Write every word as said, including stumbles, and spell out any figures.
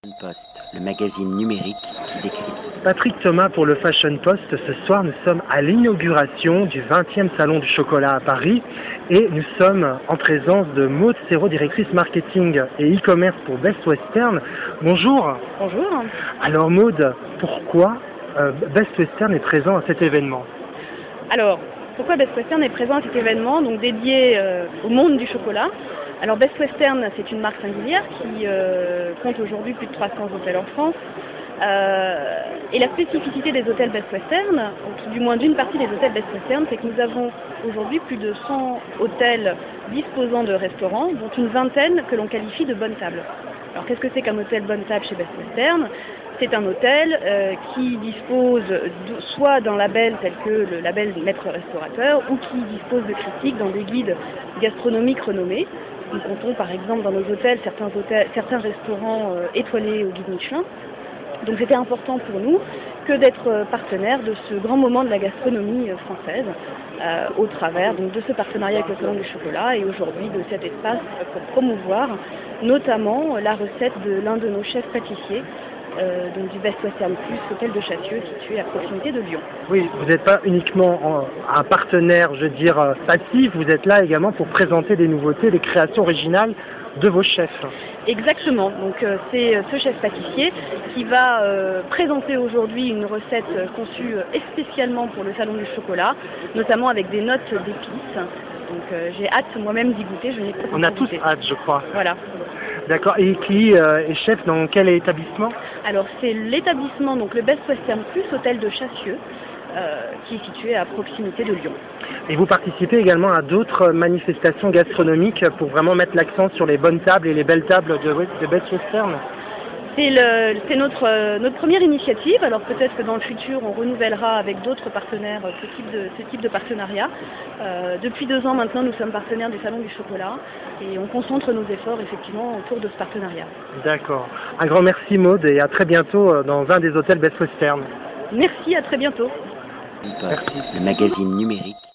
Post, le magazine numérique qui décrypte. Patrick Thomas pour le Fashion Post. Ce soir, nous sommes à l'inauguration du vingtième Salon du Chocolat à Paris et nous sommes en présence de Maude Serrault, directrice marketing et e-commerce pour Best Western. Bonjour. Bonjour. Alors Maude, pourquoi euh, Best Western est présent à cet événement? Alors, pourquoi Best Western est présent à cet événement, donc dédié euh, au monde du chocolat? Alors Best Western, c'est une marque singulière qui euh, compte aujourd'hui plus de trois cents hôtels en France. Euh, et la spécificité des hôtels Best Western, ou du moins d'une partie des hôtels Best Western, c'est que nous avons aujourd'hui plus de cent hôtels disposant de restaurants, dont une vingtaine que l'on qualifie de bonne table. Alors qu'est-ce que c'est qu'un hôtel bonne table chez Best Western? C'est un hôtel euh, qui dispose de, soit d'un label tel que le label maître restaurateur, ou qui dispose de critiques dans des guides gastronomiques renommés. Nous comptons par exemple dans nos hôtels certains, hôtels, certains restaurants euh, étoilés au guide Michelin. Donc c'était important pour nous que d'être partenaire de ce grand moment de la gastronomie française euh, au travers donc, de ce partenariat avec le Salon du Chocolat et aujourd'hui de cet espace pour promouvoir notamment la recette de l'un de nos chefs pâtissiers, euh, donc du Best Western Plus, hôtel de Chassieux situé à proximité de Lyon. Oui, vous n'êtes pas uniquement en, un partenaire, je veux dire, passif, vous êtes là également pour présenter des nouveautés, des créations originales de vos chefs. Exactement, donc euh, c'est ce chef pâtissier qui va euh, présenter aujourd'hui une recette euh, conçue euh, spécialement pour le Salon du Chocolat, notamment avec des notes d'épices. Donc euh, j'ai hâte moi-même d'y goûter, je n'ai pas On a tous goûté. hâte, je crois. Voilà. D'accord, et qui euh, est chef dans quel établissement? Alors c'est l'établissement, donc le Best Western Plus, hôtel de Chassieux, euh, qui est situé à proximité de Lyon. Et vous participez également à d'autres manifestations gastronomiques pour vraiment mettre l'accent sur les bonnes tables et les belles tables de, de Best Western? C'est notre, euh, notre première initiative, alors peut-être que dans le futur on renouvellera avec d'autres partenaires ce type de, ce type de partenariat. Euh, depuis deux ans maintenant nous sommes partenaires du Salon du Chocolat et on concentre nos efforts effectivement autour de ce partenariat. D'accord. Un grand merci Maude et à très bientôt dans un des hôtels Best Western. Merci, à très bientôt. Post, le magazine numérique.